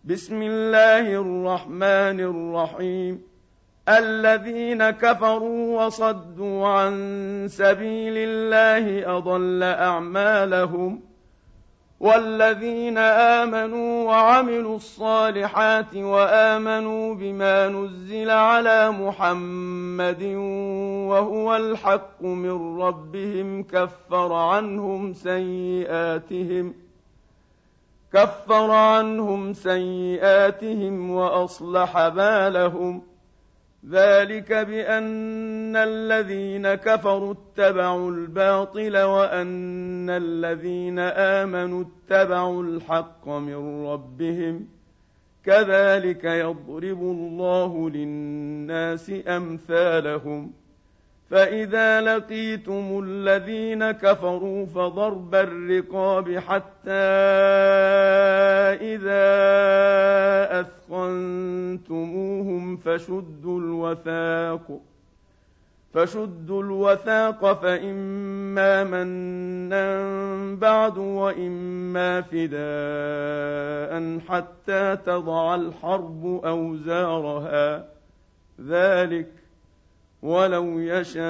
بسم الله الرحمن الرحيم. الذين كفروا وصدوا عن سبيل الله أضل أعمالهم، والذين آمنوا وعملوا الصالحات وآمنوا بما نزل على محمد وهو الحق من ربهم كفر عنهم سيئاتهم وأصلح بالهم. ذلك بأن الذين كفروا اتبعوا الباطل وأن الذين آمنوا اتبعوا الحق من ربهم. كذلك يضرب الله للناس أمثالهم. فإذا لقيتم الذين كفروا فضرب الرقاب حتى إذا أثخنتموهم فشدوا الوثاق فإما منا بعد وإما فداء حتى تضع الحرب أوزارها. ذلك ولو يشاء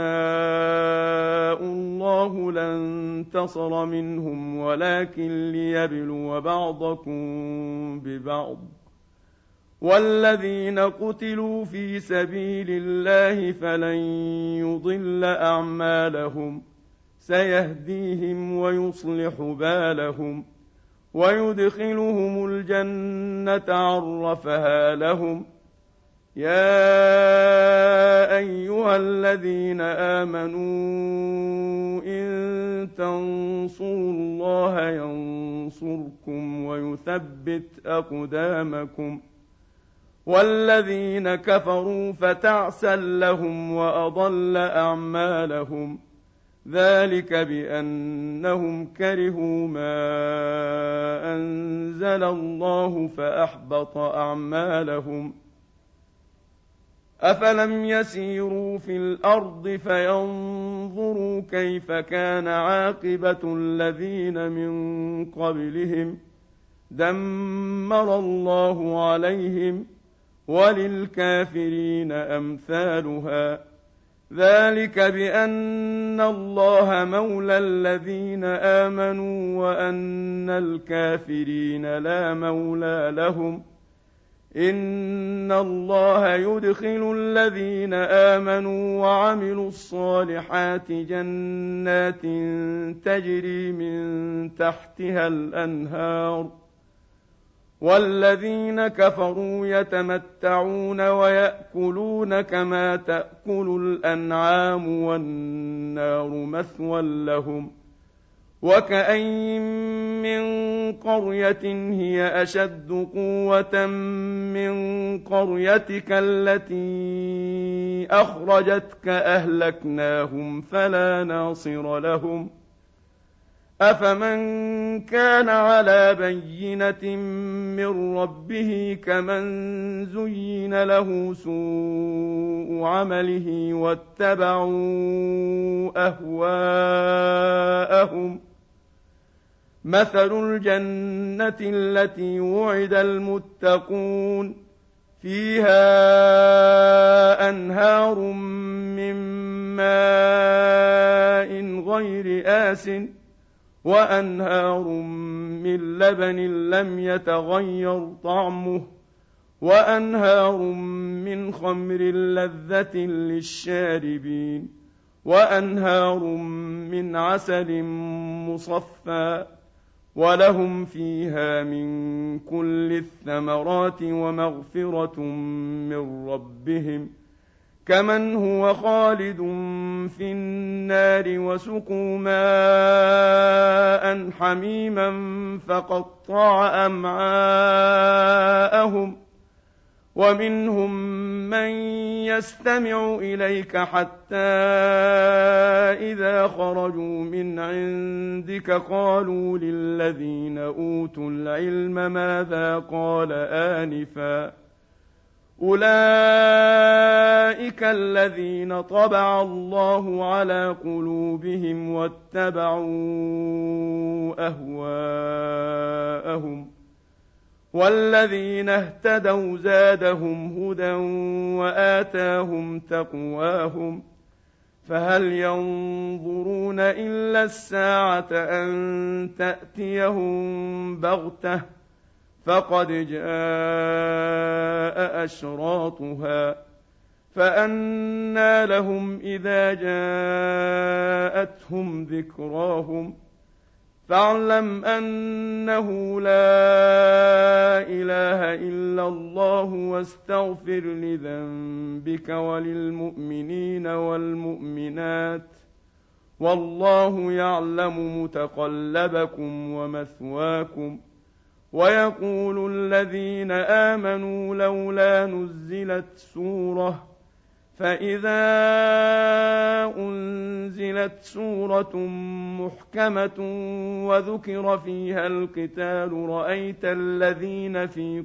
الله لانتصر منهم ولكن ليبلو بعضكم ببعض. والذين قتلوا في سبيل الله فلن يضل أعمالهم، سيهديهم ويصلح بالهم ويدخلهم الجنة عرفها لهم. يا أيها الذين آمنوا إن تنصروا الله ينصركم ويثبت أقدامكم. والذين كفروا فتعسا لهم وأضل أعمالهم. ذلك بأنهم كرهوا ما أنزل الله فأحبط أعمالهم. أفلم يسيروا في الأرض فينظروا كيف كان عاقبة الذين من قبلهم. دمر الله عليهم وللكافرين أمثالها. ذلك بأن الله مولى الذين آمنوا وأن الكافرين لا مولى لهم. إن الله يدخل الذين آمنوا وعملوا الصالحات جنات تجري من تحتها الأنهار، والذين كفروا يتمتعون ويأكلون كما تأكل الأنعام والنار مثوى لهم. وكأين من قرية هي أشد قوة من قريتك التي أخرجتك أهلكناهم فلا ناصر لهم. أفمن كان على بينة من ربه كمن زين له سوء عمله واتبعوا أهواءهم. مثل الجنة التي وعد المتقون فيها أنهار من ماء غير آسن وأنهار من لبن لم يتغير طعمه وأنهار من خمر لذة للشاربين وأنهار من عسل مصفى ولهم فيها من كل الثمرات ومغفرة من ربهم كمن هو خالد في النار وسقوا ماء حميما فقطع أمعاءهم. ومنهم من يستمع إليك حتى إذا خرجوا من عندك قالوا للذين أوتوا العلم ماذا قال آنفا. أولئك الذين طبع الله على قلوبهم واتبعوا أهواءهم. والذين اهتدوا زادهم هدى وآتاهم تقواهم فهل ينظرون إلا الساعة أن تأتيهم بغتة فقد جاء أشراطها فأنى لهم إذا جاءتهم ذكراهم فاعلم أنه لا إله إلا الله واستغفر لذنبك وللمؤمنين والمؤمنات والله يعلم متقلبكم ومثواكم ويقول الذين آمنوا لولا نزلت سورة فإذا أنزلت سورة محكمة وذكر فيها القتال رأيت الذين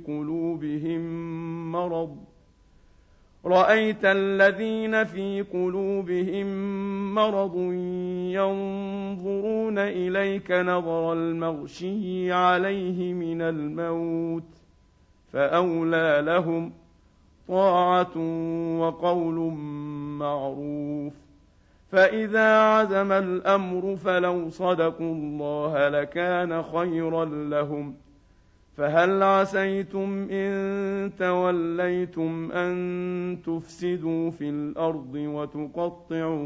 في قلوبهم مرض ينظرون إليك نظر المغشي عليه من الموت فأولى لهم طاعة وقول معروف فإذا عزم الأمر فلو صدقوا الله لكان خيرا لهم فهل عسيتم إن توليتم أن تفسدوا في الأرض وتقطعوا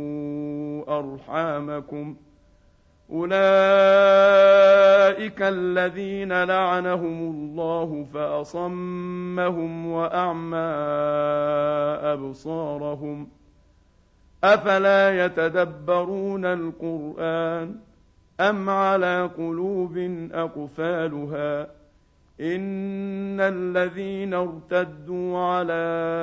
أرحامكم أولئك الذين لعنهم الله فأصمهم وأعمى أبصارهم أفلا يتدبرون القرآن أم على قلوب أقفالها إن الذين ارتدوا على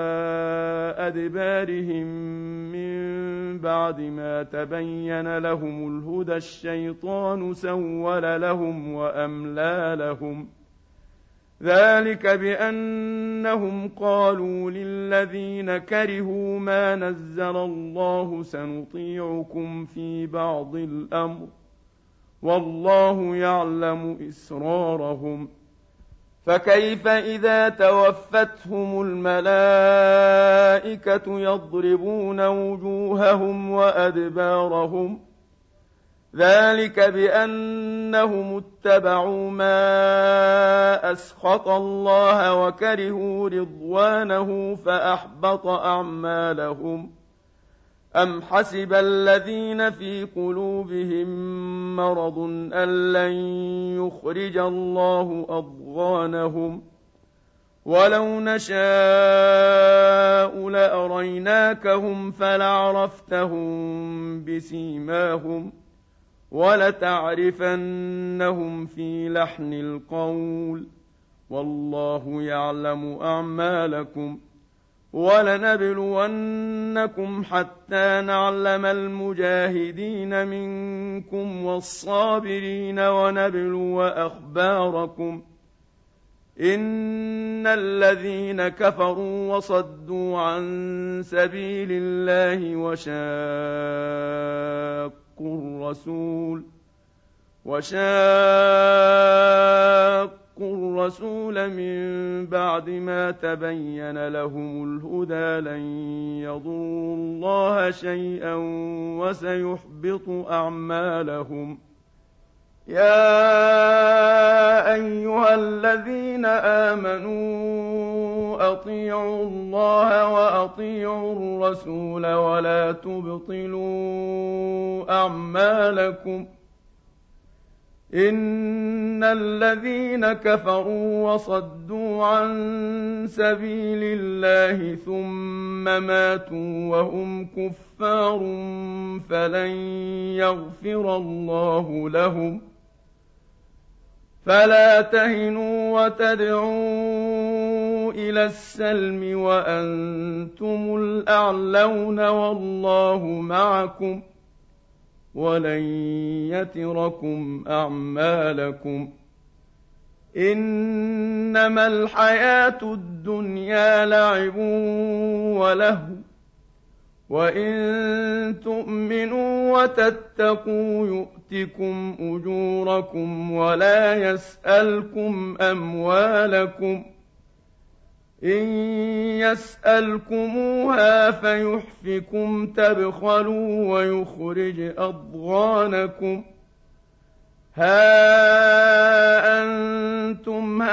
أدبارهم من بعد ما تبين لهم الهدى الشيطان سول لهم وأملى لهم ذلك بأنهم قالوا للذين كرهوا ما نزل الله سنطيعكم في بعض الأمر والله يعلم إسرارهم فكيف إذا توفتهم الملائكة يضربون وجوههم وأدبارهم ذلك بأنهم اتبعوا ما أسخط الله وكرهوا رضوانه فأحبط أعمالهم أم حسب الذين في قلوبهم مرض أن لن يخرج الله أضغانهم ولو نشاء لأريناكهم فلعرفتهم بسيماهم ولتعرفنهم في لحن القول والله يعلم أعمالكم ولنبلونكم حتى نعلم المجاهدين منكم والصابرين ونبلو أخباركم إن الذين كفروا وصدوا عن سبيل الله وشاقوا الرسول من بعد ما تبين لهم الهدى لن يضروا الله شيئا وسيحبط أعمالهم يا أيها الذين آمنوا أطيعوا الله وأطيعوا الرسول ولا تبطلوا أعمالكم إن الذين كفروا وصدوا عن سبيل الله ثم ماتوا وهم كفار فلن يغفر الله لهم فلا تهنوا وتدعوا إلى السلم وأنتم الأعلون والله معكم ولن يتركم أعمالكم إنما الحياة الدنيا لعب ولهو وإن تؤمنوا وتتقوا يؤتكم أجوركم ولا يسألكم أموالكم إن يسألكموها فيحفكم تبخلوا ويخرج أضغانكم ها أنتم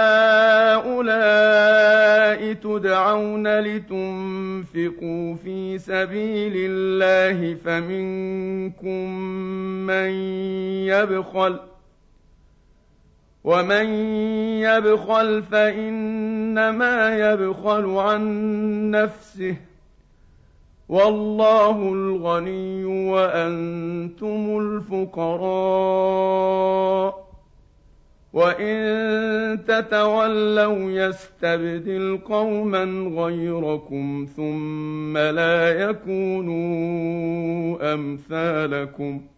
هؤلاء تدعون لتنفقوا في سبيل الله فمنكم من يبخل ومن يبخل فإنما يبخل عن نفسه والله الغني وأنتم الفقراء وإن تتولوا يستبدل قوما غيركم ثم لا يكونوا أمثالكم